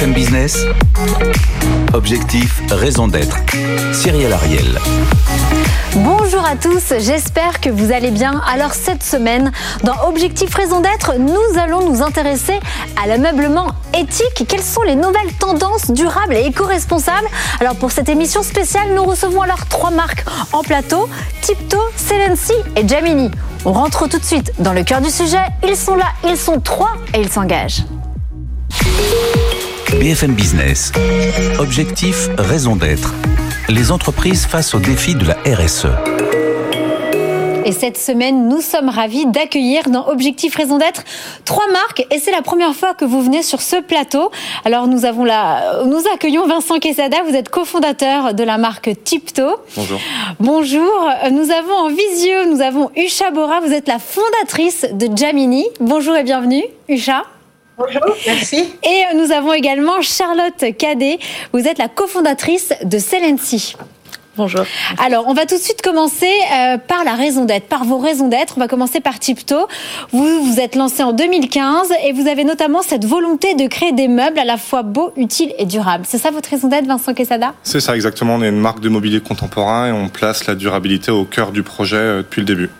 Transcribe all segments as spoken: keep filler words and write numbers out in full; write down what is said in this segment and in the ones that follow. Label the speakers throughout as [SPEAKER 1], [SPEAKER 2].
[SPEAKER 1] M Business, objectif, raison d'être. Cyril Ariel.
[SPEAKER 2] Bonjour à tous, j'espère que vous allez bien. Alors cette semaine, dans Objectif Raison d'être, nous allons nous intéresser à l'ameublement éthique. Quelles sont les nouvelles tendances durables et éco-responsables? Alors pour cette émission spéciale, nous recevons alors trois marques en plateau, Tipto, Celency et Jamini. On rentre tout de suite dans le cœur du sujet. Ils sont là, ils sont trois et ils s'engagent.
[SPEAKER 1] B F M Business, objectif, raison d'être. Les entreprises face aux défis de la R S E.
[SPEAKER 2] Et cette semaine, nous sommes ravis d'accueillir dans Objectif Raison d'être trois marques. Et c'est la première fois que vous venez sur ce plateau. Alors nous avons la, nous accueillons Vincent Quesada. Vous êtes cofondateur de la marque Tipto.
[SPEAKER 3] Bonjour.
[SPEAKER 2] Bonjour. Nous avons en visio, nous avons Usha Bora. Vous êtes la fondatrice de Jamini. Bonjour et bienvenue, Usha.
[SPEAKER 4] Bonjour, merci.
[SPEAKER 2] Et nous avons également Charlotte Cadet. Vous êtes la cofondatrice de Celency.
[SPEAKER 5] Bonjour.
[SPEAKER 2] Alors, on va tout de suite commencer euh, par la raison d'être, par vos raisons d'être. On va commencer par Tipto. Vous vous êtes lancé en deux mille quinze et vous avez notamment cette volonté de créer des meubles à la fois beaux, utiles et durables. C'est ça votre raison d'être, Vincent Quesada ?
[SPEAKER 3] C'est ça, exactement. On est une marque de mobilier contemporain et on place la durabilité au cœur du projet euh, depuis le début.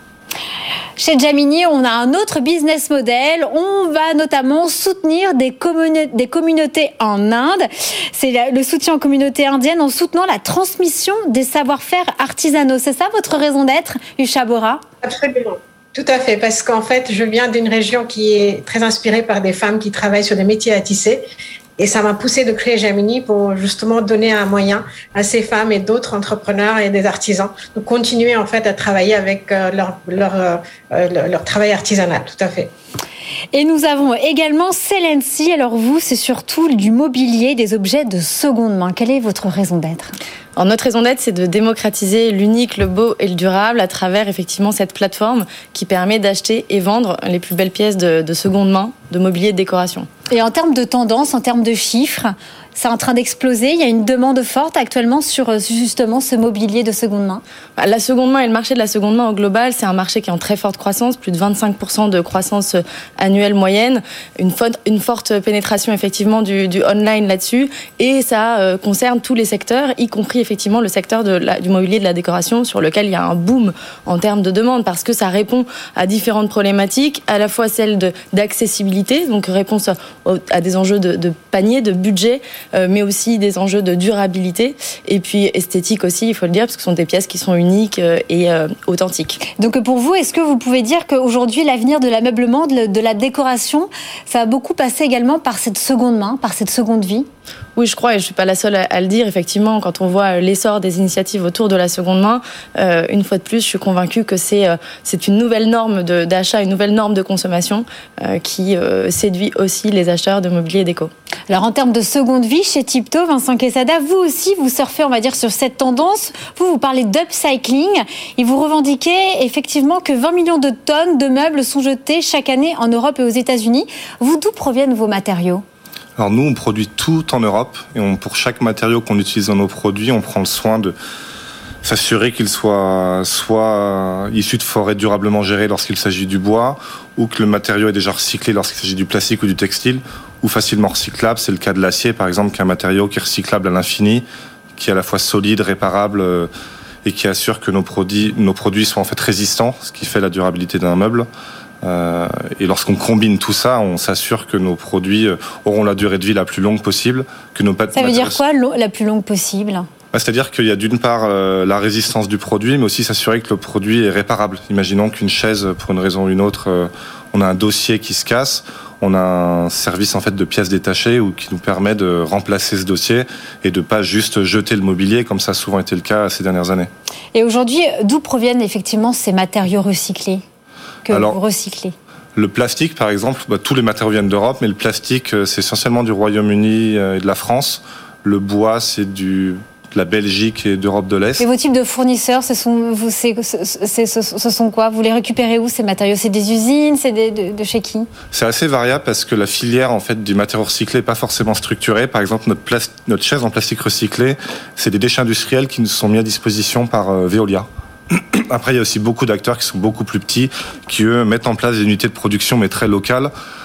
[SPEAKER 2] Chez Jamini, on a un autre business model. On va notamment soutenir des, communi- des communautés en Inde. C'est le soutien aux communautés indiennes en soutenant la transmission des savoir-faire artisanaux. C'est ça votre raison d'être, Usha Bora ?
[SPEAKER 4] Absolument. Tout à fait, parce qu'en fait, je viens d'une région qui est très inspirée par des femmes qui travaillent sur des métiers à tisser. Et ça m'a poussé de créer Jamini pour justement donner un moyen à ces femmes et d'autres entrepreneurs et des artisans de continuer en fait à travailler avec euh, leur, leur, euh, leur, leur travail artisanal. Tout à fait.
[SPEAKER 2] Et nous avons également Celency. Alors vous, c'est surtout du mobilier, des objets de seconde main. Quelle est votre raison d'être ?
[SPEAKER 5] Alors notre raison d'être, c'est de démocratiser l'unique, le beau et le durable à travers effectivement cette plateforme qui permet d'acheter et vendre les plus belles pièces de, de seconde main, de mobilier de décoration.
[SPEAKER 2] Et en termes de tendance, en termes de chiffres, c'est en train d'exploser. Il y a une demande forte actuellement sur justement ce mobilier de seconde main.
[SPEAKER 5] La seconde main et le marché de la seconde main au global, c'est un marché qui est en très forte croissance, plus de vingt-cinq pour cent de croissance annuelle moyenne, une, faute, une forte pénétration effectivement du, du online là-dessus, et ça euh, concerne tous les secteurs, y compris effectivement le secteur de la, du mobilier de la décoration, sur lequel il y a un boom en termes de demande, parce que ça répond à différentes problématiques, à la fois celle de, d'accessibilité, donc réponse à, à des enjeux de, de panier, de budget, Euh, mais aussi des enjeux de durabilité et puis esthétique aussi, il faut le dire, parce que ce sont des pièces qui sont uniques euh, et euh, authentiques.
[SPEAKER 2] Donc pour vous, est-ce que vous pouvez dire qu'aujourd'hui, l'avenir de l'ameublement, de, de la décoration, ça va beaucoup passer également par cette seconde main, par cette seconde vie ?
[SPEAKER 5] Oui, je crois, et je ne suis pas la seule à le dire. Effectivement, quand on voit l'essor des initiatives autour de la seconde main, euh, une fois de plus, je suis convaincue que c'est, euh, c'est une nouvelle norme de, d'achat, une nouvelle norme de consommation euh, qui euh, séduit aussi les acheteurs de mobilier déco.
[SPEAKER 2] Alors en termes de seconde vie, chez Tipto, Vincent Quesada, vous aussi, vous surfez, on va dire, sur cette tendance. Vous, vous parlez d'upcycling et vous revendiquez effectivement que vingt millions de tonnes de meubles sont jetés chaque année en Europe et aux États-Unis. Vous, d'où proviennent vos matériaux ?
[SPEAKER 3] Alors nous, on produit tout en Europe et on, pour chaque matériau qu'on utilise dans nos produits, on prend le soin de s'assurer qu'il soit soit issu de forêts durablement gérées lorsqu'il s'agit du bois, ou que le matériau est déjà recyclé lorsqu'il s'agit du plastique ou du textile, ou facilement recyclable. C'est le cas de l'acier, par exemple, qui est un matériau qui est recyclable à l'infini, qui est à la fois solide, réparable et qui assure que nos produits, nos produits soient en fait résistants, ce qui fait la durabilité d'un meuble. Euh, et lorsqu'on combine tout ça, on s'assure que nos produits auront la durée de vie la plus longue possible. Que nos
[SPEAKER 2] ça veut dire quoi, la plus longue possible ?
[SPEAKER 3] Bah, c'est-à-dire qu'il y a d'une part euh, la résistance du produit, mais aussi s'assurer que le produit est réparable. Imaginons qu'une chaise, pour une raison ou une autre, euh, on a un dossier qui se casse, on a un service en fait de pièces détachées ou qui nous permet de remplacer ce dossier et de pas juste jeter le mobilier comme ça a souvent été le cas ces dernières années.
[SPEAKER 2] Et aujourd'hui, d'où proviennent effectivement ces matériaux recyclés ? Que
[SPEAKER 3] Alors,
[SPEAKER 2] vous recyclez.
[SPEAKER 3] Le plastique, par exemple, bah, tous les matériaux viennent d'Europe, mais le plastique, c'est essentiellement du Royaume-Uni et de la France. Le bois, c'est du, de la Belgique et d'Europe de l'Est.
[SPEAKER 2] Et vos types de fournisseurs, ce sont, vous, c'est, c'est, ce, ce sont quoi ? Vous les récupérez où, ces matériaux ? C'est des usines ? C'est des, de, de chez qui ?
[SPEAKER 3] C'est assez variable parce que la filière en fait, du matériau recyclé n'est pas forcément structurée. Par exemple, notre, plas- notre chaise en plastique recyclé, c'est des déchets industriels qui nous sont mis à disposition par euh, Veolia. Après, il y a aussi beaucoup d'acteurs qui sont beaucoup plus petits, qui eux mettent en place des unités de production mais très locales.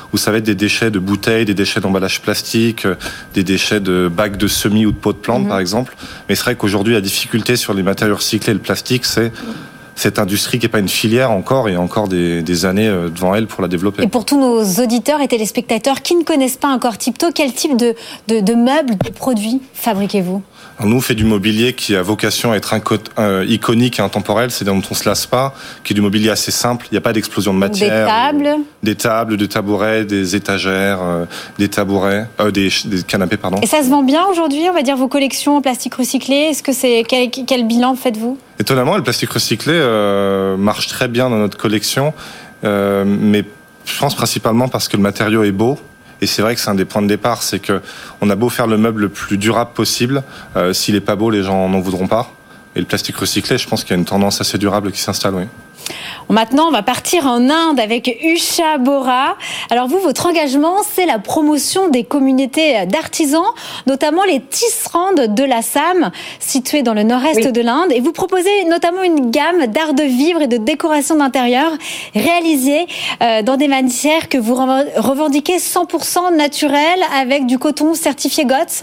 [SPEAKER 3] où ça va être des déchets de bouteilles, des déchets d'emballage plastique, des déchets de bacs de semis ou de pots de plantes, mmh. par exemple. Mais c'est vrai qu'aujourd'hui, la difficulté sur les matériaux recyclés et le plastique, c'est cette industrie qui n'est pas une filière encore et encore des, des années devant elle pour la développer.
[SPEAKER 2] Et pour tous nos auditeurs et téléspectateurs qui ne connaissent pas encore Tipto, quel type de, de, de meubles, de produits fabriquez-vous ?
[SPEAKER 3] Nous, on fait du mobilier qui a vocation à être inco- euh, iconique et intemporel, c'est dont on se lasse pas, qui est du mobilier assez simple, il n'y a pas d'explosion de matière.
[SPEAKER 2] Des tables euh,
[SPEAKER 3] Des tables, des tabourets, des étagères, euh, des tabourets, euh, des, des canapés, pardon.
[SPEAKER 2] Et ça se vend bien aujourd'hui, on va dire, vos collections en plastique recyclé, est-ce que c'est, quel, quel bilan faites-vous ?
[SPEAKER 3] Étonnamment, le plastique recyclé euh, marche très bien dans notre collection, euh, mais je pense principalement parce que le matériau est beau. Et c'est vrai que c'est un des points de départ, c'est que on a beau faire le meuble le plus durable possible, euh, s'il est pas beau, les gens n'en voudront pas. Et le plastique recyclé, je pense qu'il y a une tendance assez durable qui s'installe, oui.
[SPEAKER 2] Maintenant, on va partir en Inde avec Usha Bora. Alors vous, votre engagement, c'est la promotion des communautés d'artisans, notamment les tisserands de l'Assam, situés dans le nord-est oui. de l'Inde. Et vous proposez notamment une gamme d'art de vivre et de décoration d'intérieur réalisée euh, dans des matières que vous revendiquez cent pour cent naturelles avec du coton certifié G O T S.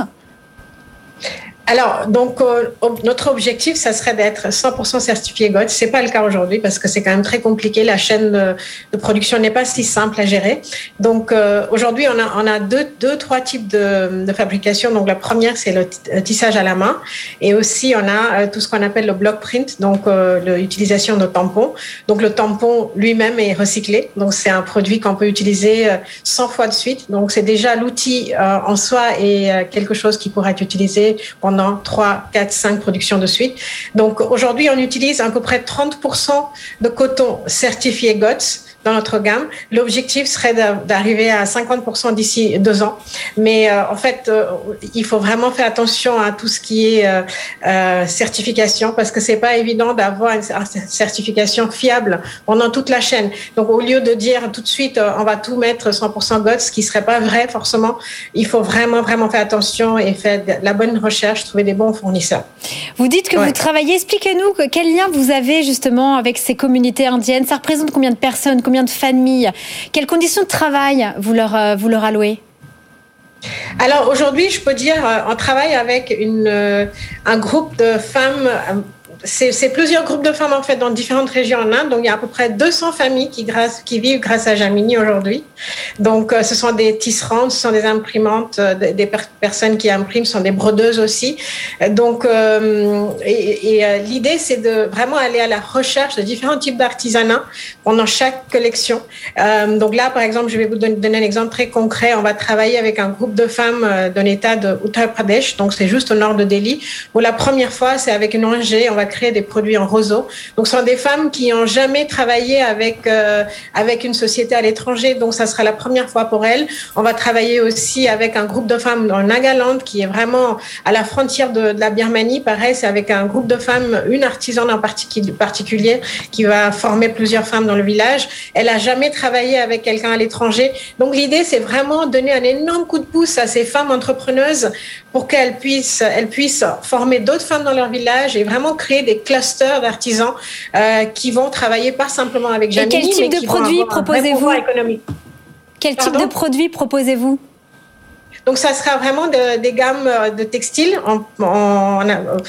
[SPEAKER 4] Alors, donc, euh, notre objectif, ça serait d'être cent pour cent certifié G O T S. C'est pas le cas aujourd'hui parce que c'est quand même très compliqué. La chaîne de, de production n'est pas si simple à gérer. Donc, euh, aujourd'hui, on a, on a deux, deux, trois types de, de fabrication. Donc, la première, c'est le tissage à la main. Et aussi, on a euh, tout ce qu'on appelle le block print, donc euh, l'utilisation de tampons. Donc, le tampon lui-même est recyclé. Donc, c'est un produit qu'on peut utiliser euh, cent fois de suite. Donc, c'est déjà l'outil euh, en soi et euh, quelque chose qui pourra être utilisé pendant trois, quatre, cinq productions de suite. Donc aujourd'hui, on utilise à peu près trente pour cent de coton certifié G O T S dans notre gamme. L'objectif serait d'arriver à cinquante pour cent d'ici deux ans. Mais euh, en fait, euh, il faut vraiment faire attention à tout ce qui est euh, euh, certification parce que c'est pas évident d'avoir une certification fiable pendant toute la chaîne. Donc au lieu de dire tout de suite euh, on va tout mettre cent pour cent G O T S, ce qui serait pas vrai forcément, il faut vraiment vraiment faire attention et faire de la bonne recherche, trouver des bons fournisseurs.
[SPEAKER 2] Vous dites que ouais. vous travaillez, expliquez-nous que, quel lien vous avez justement avec ces communautés indiennes. Ça représente combien de personnes, combien de familles? Quelles conditions de travail vous leur, vous leur allouez?
[SPEAKER 4] Alors aujourd'hui, je peux dire, on travaille avec une, un groupe de femmes. C'est, c'est plusieurs groupes de femmes en fait dans différentes régions en Inde. Donc il y a à peu près deux cents familles qui, grâce, qui vivent grâce à Jamini aujourd'hui. Donc euh, ce sont des tisserandes, ce sont des imprimantes, euh, des, des per- personnes qui impriment, ce sont des brodeuses aussi. Donc euh, et, et euh, l'idée c'est de vraiment aller à la recherche de différents types d'artisanat pendant chaque collection. Euh, donc là par exemple, je vais vous donner, donner un exemple très concret. On va travailler avec un groupe de femmes euh, d'un état de Uttar Pradesh. Donc c'est juste au nord de Delhi. Pour la première fois, c'est avec une O N G. On va créer des produits en roseau. Donc, ce sont des femmes qui n'ont jamais travaillé avec euh, avec une société à l'étranger. Donc, ça sera la première fois pour elles. On va travailler aussi avec un groupe de femmes dans le Nagaland, qui est vraiment à la frontière de, de la Birmanie. Pareil, c'est avec un groupe de femmes, une artisane en particuli- particulier, qui va former plusieurs femmes dans le village. Elle a jamais travaillé avec quelqu'un à l'étranger. Donc, l'idée, c'est vraiment donner un énorme coup de pouce à ces femmes entrepreneuses pour qu'elles puissent, elles puissent former d'autres femmes dans leur village et vraiment créer des clusters d'artisans euh, qui vont travailler pas simplement avec Jamini,
[SPEAKER 2] mais qui vont avoir un vrai pouvoir économique. Quel type de produits proposez-vous ? Quel type de produits proposez-vous ?
[SPEAKER 4] Donc, ça sera vraiment de, des gammes de textiles en, en,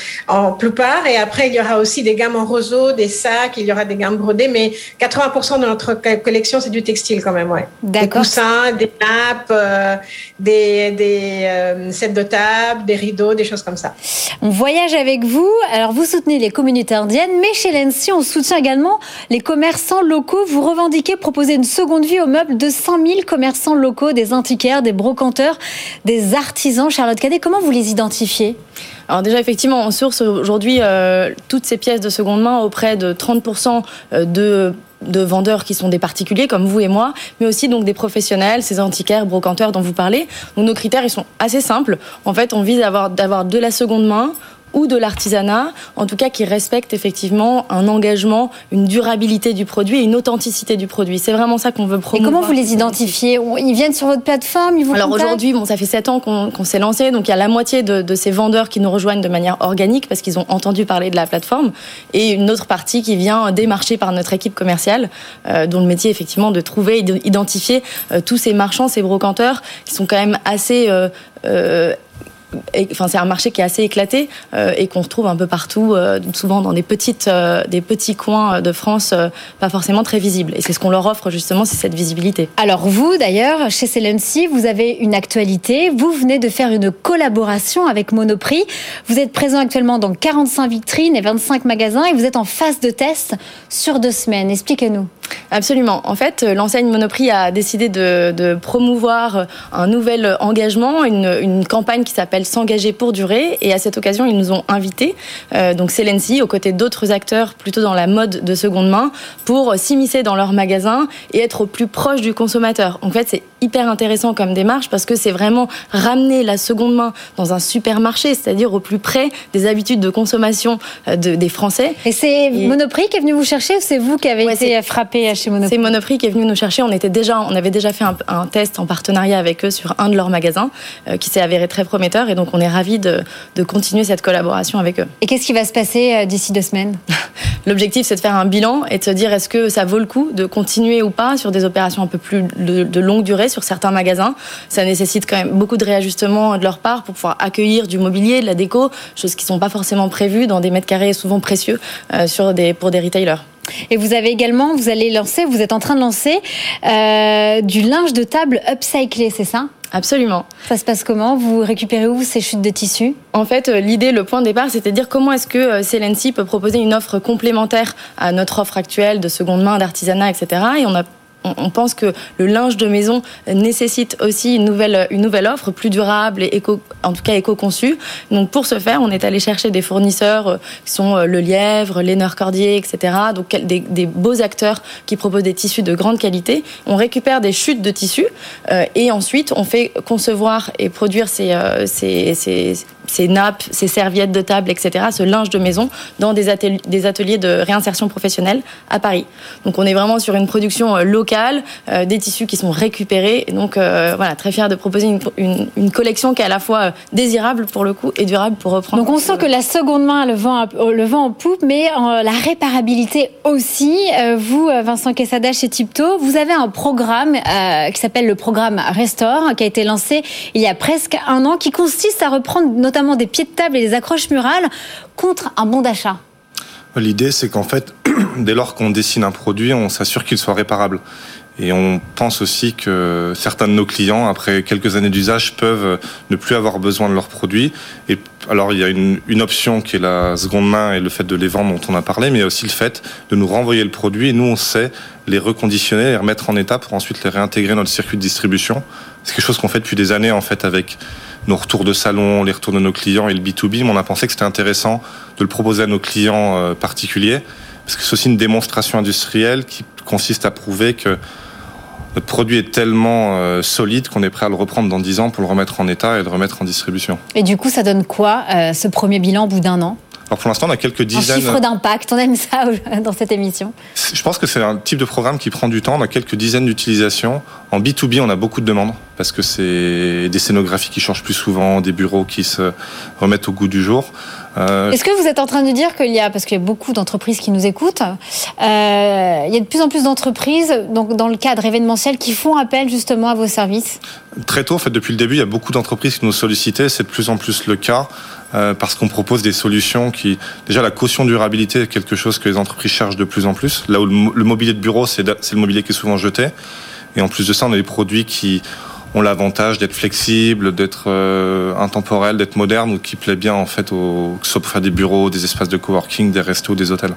[SPEAKER 4] en plupart. Et après, il y aura aussi des gammes en roseau, des sacs, il y aura des gammes brodées. Mais quatre-vingts pour cent de notre collection, c'est du textile quand même, ouais.
[SPEAKER 2] D'accord.
[SPEAKER 4] Des coussins, des nappes, euh, des, des euh, sets de table, des rideaux, des choses comme ça.
[SPEAKER 2] On voyage avec vous. Alors, vous soutenez les communautés indiennes, mais chez Lency, on soutient également les commerçants locaux. Vous revendiquez proposer une seconde vie aux meubles de cinq mille commerçants locaux, des antiquaires, des brocanteurs, des artisans. Charlotte Cadet, comment vous les identifiez ?
[SPEAKER 5] Alors déjà, effectivement, on source aujourd'hui euh, toutes ces pièces de seconde main auprès de trente pour cent de... de vendeurs qui sont des particuliers comme vous et moi, mais aussi donc des professionnels, ces antiquaires, brocanteurs dont vous parlez. Donc nos critères, ils sont assez simples. En fait, on vise à avoir, d'avoir de la seconde main ou de l'artisanat, en tout cas qui respectent effectivement un engagement, une durabilité du produit et une authenticité du produit. C'est vraiment ça qu'on veut promouvoir.
[SPEAKER 2] Et comment vous les identifiez ? Ils viennent sur votre plateforme, ils vous
[SPEAKER 5] Alors
[SPEAKER 2] contactent ?
[SPEAKER 5] aujourd'hui, bon, ça fait sept ans qu'on, qu'on s'est lancé, donc il y a la moitié de, de ces vendeurs qui nous rejoignent de manière organique parce qu'ils ont entendu parler de la plateforme, et une autre partie qui vient démarcher par notre équipe commerciale, euh, dont le métier effectivement de trouver et d'identifier euh, tous ces marchands, ces brocanteurs qui sont quand même assez... Euh, euh, Et, enfin, c'est un marché qui est assez éclaté euh, et qu'on retrouve un peu partout, euh, souvent dans des petites, euh, des petits coins de France, euh, pas forcément très visibles. Et c'est ce qu'on leur offre justement, c'est cette visibilité.
[SPEAKER 2] Alors vous, d'ailleurs, chez Celency, vous avez une actualité. Vous venez de faire une collaboration avec Monoprix. Vous êtes présent actuellement dans quarante-cinq vitrines et vingt-cinq magasins et vous êtes en phase de test sur deux semaines. Expliquez-nous.
[SPEAKER 5] Absolument. En fait, l'enseigne Monoprix a décidé de, de promouvoir un nouvel engagement, une, une campagne qui s'appelle S'engager pour durer. Et à cette occasion, ils nous ont invités, euh, donc Celency, aux côtés d'autres acteurs plutôt dans la mode de seconde main, pour s'immiscer dans leurs magasins et être au plus proche du consommateur. En fait, c'est hyper intéressant comme démarche parce que c'est vraiment ramener la seconde main dans un supermarché, c'est-à-dire au plus près des habitudes de consommation de, des Français.
[SPEAKER 2] Et c'est et... Monoprix qui est venu vous chercher ou c'est vous qui avez ouais, été c'est... frappé chez Monoprix ?
[SPEAKER 5] C'est Monoprix qui est venu nous chercher. On était déjà, on avait déjà fait un, un test en partenariat avec eux sur un de leurs magasins euh, qui s'est avéré très prometteur et donc on est ravis de, de continuer cette collaboration avec eux.
[SPEAKER 2] Et qu'est-ce qui va se passer euh, d'ici deux semaines ?
[SPEAKER 5] L'objectif, c'est de faire un bilan et de se dire est-ce que ça vaut le coup de continuer ou pas sur des opérations un peu plus de, de longue durée sur certains magasins. Ça nécessite quand même beaucoup de réajustements de leur part pour pouvoir accueillir du mobilier, de la déco, choses qui ne sont pas forcément prévues dans des mètres carrés souvent précieux euh, sur des, pour des retailers.
[SPEAKER 2] Et vous avez également, vous allez lancer, vous êtes en train de lancer euh, du linge de table upcyclé, c'est ça ?
[SPEAKER 5] Absolument.
[SPEAKER 2] Ça se passe comment ? Vous récupérez où ces chutes de tissu ?
[SPEAKER 5] En fait, l'idée, le point de départ, c'était de dire comment est-ce que Celency peut proposer une offre complémentaire à notre offre actuelle de seconde main, d'artisanat, et cetera. Et on a On pense que le linge de maison nécessite aussi une nouvelle, une nouvelle offre plus durable et éco, en tout cas éco-conçue. Donc pour ce faire, on est allé chercher des fournisseurs qui sont le Lièvre, Lénore Cordier, et cetera. Donc des, des beaux acteurs qui proposent des tissus de grande qualité. On récupère des chutes de tissus euh, et ensuite on fait concevoir et produire ces, euh, ces, ces ces nappes, ces serviettes de table, et cetera, ce linge de maison dans des ateliers, des ateliers de réinsertion professionnelle à Paris. Donc on est vraiment sur une production locale, euh, des tissus qui sont récupérés. Et donc euh, voilà, très fière de proposer une, une, une collection qui est à la fois désirable pour le coup et durable pour reprendre.
[SPEAKER 2] Donc on sent que la seconde main a le vent, le vent en poupe, mais euh, la réparabilité aussi. Euh, vous, Vincent Quesada chez Tipto, vous avez un programme euh, qui s'appelle le programme Restore, qui a été lancé il y a presque un an, qui consiste à reprendre notamment des pieds de table et des accroches murales contre un bon d'achat.
[SPEAKER 3] L'idée, c'est qu'en fait, dès lors qu'on dessine un produit, on s'assure qu'il soit réparable. Et on pense aussi que certains de nos clients, après quelques années d'usage, peuvent ne plus avoir besoin de leurs produits. Et alors, il y a une, une option qui est la seconde main et le fait de les vendre dont on a parlé, mais il y a aussi le fait de nous renvoyer le produit. Et nous, on sait les reconditionner, les remettre en état pour ensuite les réintégrer dans le circuit de distribution. C'est quelque chose qu'on fait depuis des années, en fait, avec nos retours de salon, les retours de nos clients et le B deux B. Mais on a pensé que c'était intéressant de le proposer à nos clients particuliers, parce que c'est aussi une démonstration industrielle qui consiste à prouver que notre produit est tellement euh, solide qu'on est prêt à le reprendre dans dix ans pour le remettre en état et le remettre en distribution.
[SPEAKER 2] Et du coup, ça donne quoi, euh, ce premier bilan au bout d'un an ?
[SPEAKER 3] Alors pour l'instant, on a quelques dizaines...
[SPEAKER 2] Un chiffre d'impact, on aime ça dans cette émission.
[SPEAKER 3] Je pense que c'est un type de programme qui prend du temps. On a quelques dizaines d'utilisations. En B deux B, on a beaucoup de demandes parce que c'est des scénographies qui changent plus souvent, des bureaux qui se remettent au goût du jour.
[SPEAKER 2] Euh... Est-ce que vous êtes en train de dire qu'il y a, parce qu'il y a beaucoup d'entreprises qui nous écoutent, euh, il y a de plus en plus d'entreprises, donc dans le cadre événementiel, qui font appel justement à vos services ?
[SPEAKER 3] Très tôt, en fait, depuis le début, il y a beaucoup d'entreprises qui nous sollicitaient. C'est de plus en plus le cas euh, parce qu'on propose des solutions qui... Déjà, la caution durabilité est quelque chose que les entreprises cherchent de plus en plus. Là où le mobilier de bureau, c'est, c'est le mobilier qui est souvent jeté. Et en plus de ça, on a des produits qui ont l'avantage d'être flexibles, d'être euh, intemporels, d'être modernes, ou qui plaît bien en fait, au, que ce soit pour faire des bureaux, des espaces de coworking, des restos, des hôtels.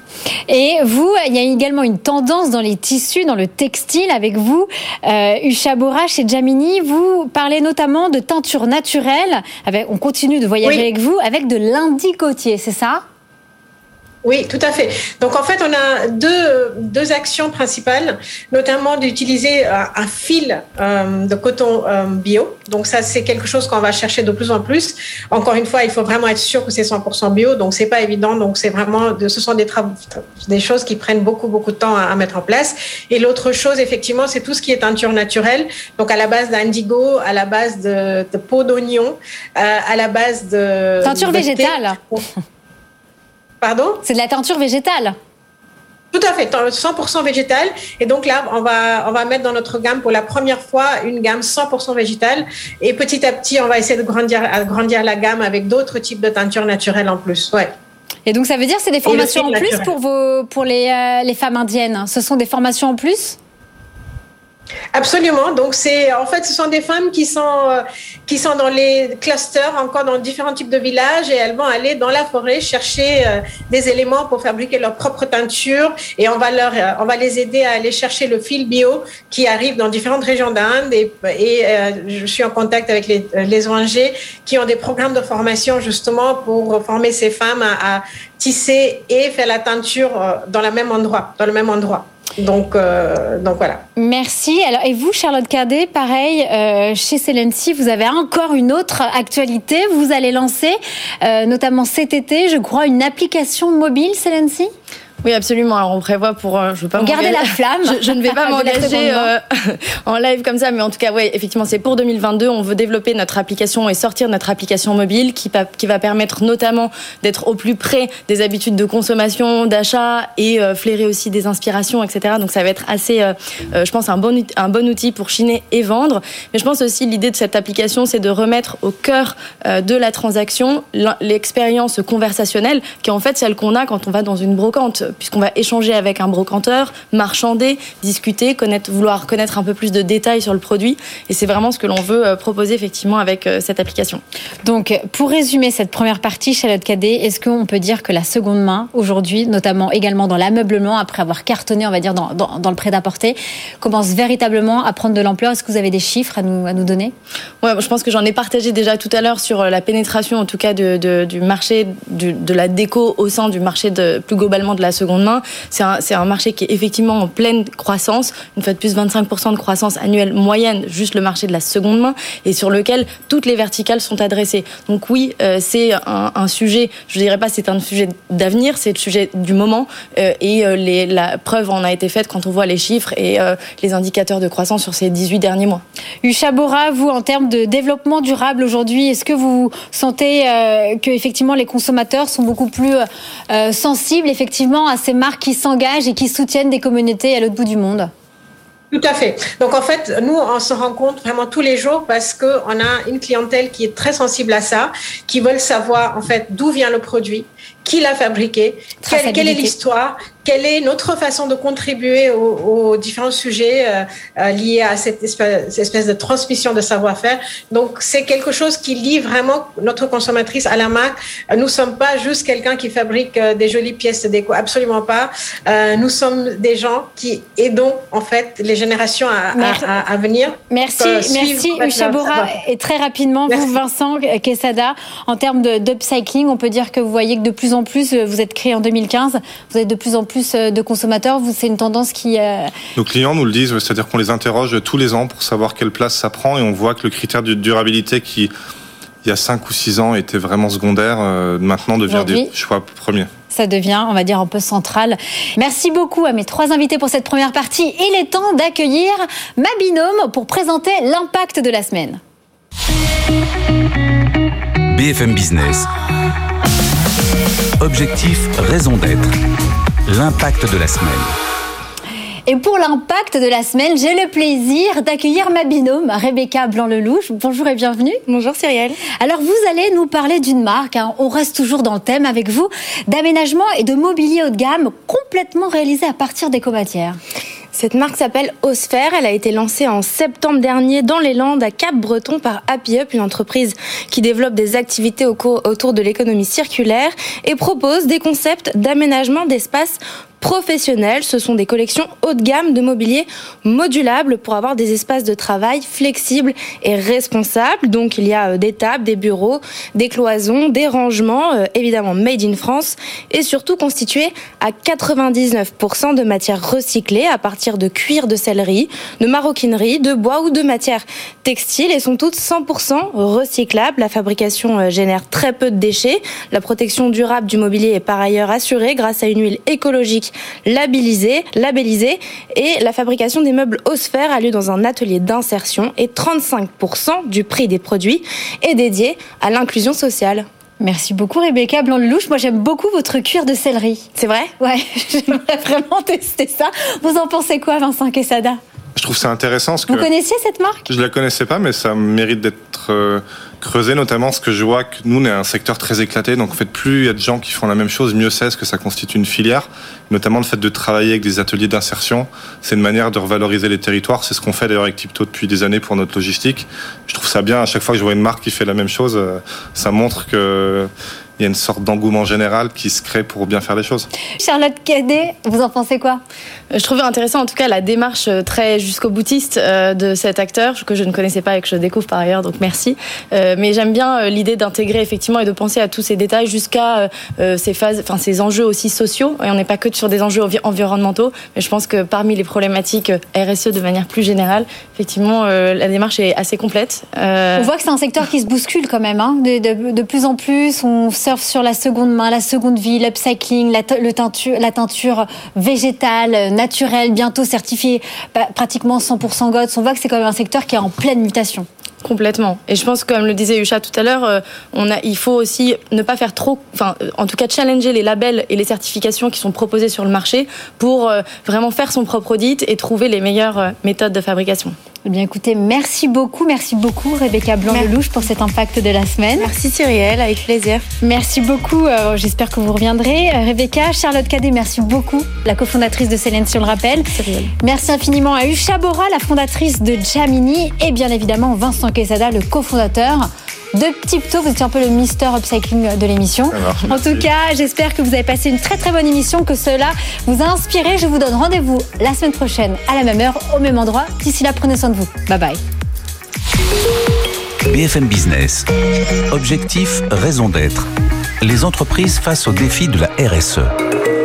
[SPEAKER 2] Et vous, il y a également une tendance dans les tissus, dans le textile avec vous, euh, Usha Bora chez Jamini. Vous parlez notamment de teinture naturelle. Avec, on continue de voyager oui. avec vous, avec de l'indigotier, c'est ça ?
[SPEAKER 4] Oui, tout à fait. Donc, en fait, on a deux, deux actions principales, notamment d'utiliser un, un fil euh, de coton euh, bio. Donc, ça, c'est quelque chose qu'on va chercher de plus en plus. Encore une fois, il faut vraiment être sûr que c'est cent pour cent bio. Donc, c'est pas évident. Donc, c'est vraiment, de, ce sont des, tra- des choses qui prennent beaucoup, beaucoup de temps à, à mettre en place. Et l'autre chose, effectivement, c'est tout ce qui est teinture naturelle. Donc, à la base d'indigo, à la base de, de peau d'oignon, euh, à la base de...
[SPEAKER 2] Teinture
[SPEAKER 4] de
[SPEAKER 2] végétale.
[SPEAKER 4] thé. Pardon ?
[SPEAKER 2] C'est de la teinture végétale.
[SPEAKER 4] Tout à fait, cent pour cent végétal. Et donc là, on va, on va mettre dans notre gamme pour la première fois une gamme cent pour cent végétale. Et petit à petit, on va essayer de grandir, grandir la gamme avec d'autres types de teintures naturelles en plus. Ouais.
[SPEAKER 2] Et donc ça veut dire que c'est des formations en plus naturel. pour, vos, pour les, euh, les femmes indiennes. Ce sont des formations en plus ?
[SPEAKER 4] Absolument. Donc, c'est, en fait, ce sont des femmes qui sont, euh, qui sont dans les clusters, encore dans différents types de villages, et elles vont aller dans la forêt chercher euh, des éléments pour fabriquer leur propre teinture, et on va leur, euh, on va les aider à aller chercher le fil bio qui arrive dans différentes régions d'Inde, et, et euh, je suis en contact avec les, les O N G qui ont des programmes de formation justement pour former ces femmes à, à tisser et faire la teinture dans le même endroit, dans le même endroit. Donc, euh, donc voilà.
[SPEAKER 2] Merci. Alors, et vous, Charlotte Cadet, pareil, euh, chez Celency, vous avez encore une autre actualité. Vous allez lancer, euh, notamment cet été, je crois, une application mobile Celency ?
[SPEAKER 5] Oui, absolument. Alors, on prévoit pour... Euh, je veux pas
[SPEAKER 2] Gardez la flamme.
[SPEAKER 5] Je, je ne vais pas m'engager euh, en live comme ça, mais en tout cas, ouais, effectivement, c'est pour deux mille vingt-deux. On veut développer notre application et sortir notre application mobile qui, qui va permettre notamment d'être au plus près des habitudes de consommation, d'achat et euh, flairer aussi des inspirations, et cetera. Donc, ça va être assez, euh, euh, je pense, un bon, un bon outil pour chiner et vendre. Mais je pense aussi l'idée de cette application, c'est de remettre au cœur euh, de la transaction l'expérience conversationnelle qui est en fait celle qu'on a quand on va dans une brocante, puisqu'on va échanger avec un brocanteur, marchander, discuter, connaître, vouloir connaître un peu plus de détails sur le produit. Et c'est vraiment ce que l'on veut proposer effectivement avec cette application.
[SPEAKER 2] Donc, pour résumer cette première partie, Charlotte Cadet, est-ce qu'on peut dire que la seconde main, aujourd'hui, notamment également dans l'ameublement, après avoir cartonné, on va dire, dans, dans, dans le prêt-à-porter, commence véritablement à prendre de l'ampleur ? Est-ce que vous avez des chiffres à nous, à nous donner ?
[SPEAKER 5] Ouais, je pense que j'en ai partagé déjà tout à l'heure sur la pénétration, en tout cas, de, de, du marché du, de la déco au sein du marché de, plus globalement de la seconde main. C'est un, c'est un marché qui est effectivement en pleine croissance, une fois de plus vingt-cinq pour cent de croissance annuelle moyenne, juste le marché de la seconde main, et sur lequel toutes les verticales sont adressées. Donc oui, euh, c'est un, un sujet, je dirais pas c'est un sujet d'avenir, c'est le sujet du moment, euh, et euh, les, la preuve en a été faite quand on voit les chiffres et euh, les indicateurs de croissance sur ces dix-huit derniers mois.
[SPEAKER 2] Usha Bora, vous, en termes de développement durable aujourd'hui, est-ce que vous sentez euh, que effectivement les consommateurs sont beaucoup plus euh, sensibles effectivement à ces marques qui s'engagent et qui soutiennent des communautés à l'autre bout du monde ?
[SPEAKER 4] Tout à fait. Donc en fait, nous, on se rend compte vraiment tous les jours parce qu'on a une clientèle qui est très sensible à ça, qui veulent savoir en fait d'où vient le produit, qui l'a fabriqué, quelle, quelle est l'histoire, quelle est notre façon de contribuer aux, aux différents sujets euh, euh, liés à cette espèce, cette espèce de transmission de savoir-faire. Donc, c'est quelque chose qui lie vraiment notre consommatrice à la marque. Nous ne sommes pas juste quelqu'un qui fabrique euh, des jolies pièces de déco, absolument pas. Euh, nous sommes des gens qui aidons en fait les générations à, à, à, à venir.
[SPEAKER 2] Merci, euh, merci Usha Bora. Et très rapidement, merci. Vous, Vincent Quesada, en termes de, d'upcycling, on peut dire que vous voyez que de plus en plus, vous êtes créé en deux mille quinze, vous êtes de plus en plus de consommateurs, c'est une tendance qui... Euh...
[SPEAKER 3] Nos clients nous le disent, c'est-à-dire qu'on les interroge tous les ans pour savoir quelle place ça prend et on voit que le critère de durabilité qui, il y a cinq ou six ans, était vraiment secondaire, euh, maintenant devient des choix premiers.
[SPEAKER 2] Ça devient, on va dire, un peu central. Merci beaucoup à mes trois invités pour cette première partie. Il est temps d'accueillir ma binôme pour présenter l'impact de la semaine.
[SPEAKER 1] B F M Business. Objectif, raison d'être. L'impact de la semaine.
[SPEAKER 2] Et pour l'impact de la semaine, j'ai le plaisir d'accueillir ma binôme, Rebecca Blanc-Lelouch. Bonjour et bienvenue.
[SPEAKER 5] Bonjour Cyrielle.
[SPEAKER 2] Alors vous allez nous parler d'une marque, hein, on reste toujours dans le thème avec vous, d'aménagement et de mobilier haut de gamme complètement réalisé à partir d'éco-matières.
[SPEAKER 5] Cette marque s'appelle Osphère. Elle a été lancée en septembre dernier dans les Landes à Cap-Breton par Happy Up, une entreprise qui développe des activités autour de l'économie circulaire et propose des concepts d'aménagement d'espaces professionnels. Ce sont des collections haut de gamme de mobilier modulable pour avoir des espaces de travail flexibles et responsables. Donc il y a des tables, des bureaux, des cloisons, des rangements, euh, évidemment made in France et surtout constitués à quatre-vingt-dix-neuf pour cent de matières recyclées à partir de cuir de sellerie, de maroquinerie, de bois ou de matières textiles et sont toutes cent pour cent recyclables. La fabrication génère très peu de déchets. La protection durable du mobilier est par ailleurs assurée grâce à une huile écologique labellisée, labellisée et la fabrication des meubles Osphère a lieu dans un atelier d'insertion et trente-cinq pour cent du prix des produits est dédié à l'inclusion sociale.
[SPEAKER 2] Merci beaucoup Rebecca Blanc-Lelouch. Moi j'aime beaucoup votre cuir de céleri.
[SPEAKER 5] C'est vrai ?
[SPEAKER 2] Ouais, j'aimerais vraiment tester ça. Vous en pensez quoi Vincent Quesada ?
[SPEAKER 3] Je trouve ça intéressant. Parce que
[SPEAKER 2] vous connaissiez cette marque ?
[SPEAKER 3] Je ne la connaissais pas, mais ça mérite d'être euh, creusé, notamment parce que je vois que nous, on est un secteur très éclaté. Donc, en fait, plus il y a de gens qui font la même chose, mieux c'est, parce que ça constitue une filière. Notamment le fait de travailler avec des ateliers d'insertion. C'est une manière de revaloriser les territoires. C'est ce qu'on fait d'ailleurs avec Tipto depuis des années pour notre logistique. Je trouve ça bien. À chaque fois que je vois une marque qui fait la même chose, euh, ça montre que il y a une sorte d'engouement général qui se crée pour bien faire les choses.
[SPEAKER 2] Charlotte Cadet, vous en pensez quoi ?
[SPEAKER 5] Je trouvais intéressant en tout cas la démarche très jusqu'au boutiste de cet acteur que je ne connaissais pas et que je découvre par ailleurs, donc merci. Mais j'aime bien l'idée d'intégrer effectivement et de penser à tous ces détails jusqu'à ces phases, enfin ces enjeux aussi sociaux. Et on n'est pas que sur des enjeux environnementaux, mais je pense que parmi les problématiques R S E de manière plus générale, effectivement la démarche est assez complète.
[SPEAKER 2] On voit que c'est un secteur qui se bouscule quand même, hein. de, de, de plus en plus. On surfe sur la seconde main, la seconde vie, l'upcycling, la, le teinture, la teinture végétale, naturelle, bientôt certifiée pratiquement cent pour cent G O T S. On voit que c'est quand même un secteur qui est en pleine mutation.
[SPEAKER 5] Complètement. Et je pense, comme le disait Yusha tout à l'heure, euh, on a, il faut aussi ne pas faire trop, enfin, en tout cas, challenger les labels et les certifications qui sont proposées sur le marché pour euh, vraiment faire son propre audit et trouver les meilleures euh, méthodes de fabrication.
[SPEAKER 2] Eh bien, écoutez, merci beaucoup, merci beaucoup Rebecca Blanc-Lelouch pour cet impact de la semaine.
[SPEAKER 5] Merci Cyrielle, avec plaisir.
[SPEAKER 2] Merci beaucoup, euh, j'espère que vous reviendrez. Euh, Rebecca, Charlotte Cadet, merci beaucoup, la cofondatrice de Célène sur le rappel.
[SPEAKER 5] Cyrielle.
[SPEAKER 2] Merci infiniment à Yusha Bora, la fondatrice de Jamini, et bien évidemment Vincent Quesada, le cofondateur de Tipto. Vous étiez un peu le Mister Upcycling de l'émission.
[SPEAKER 3] Marche,
[SPEAKER 2] en tout cas, j'espère que vous avez passé une très très bonne émission, que cela vous a inspiré. Je vous donne rendez-vous la semaine prochaine à la même heure, au même endroit. D'ici là, prenez soin de vous. Bye bye.
[SPEAKER 1] B F M Business. Objectif, raison d'être. Les entreprises face aux défis de la R S E.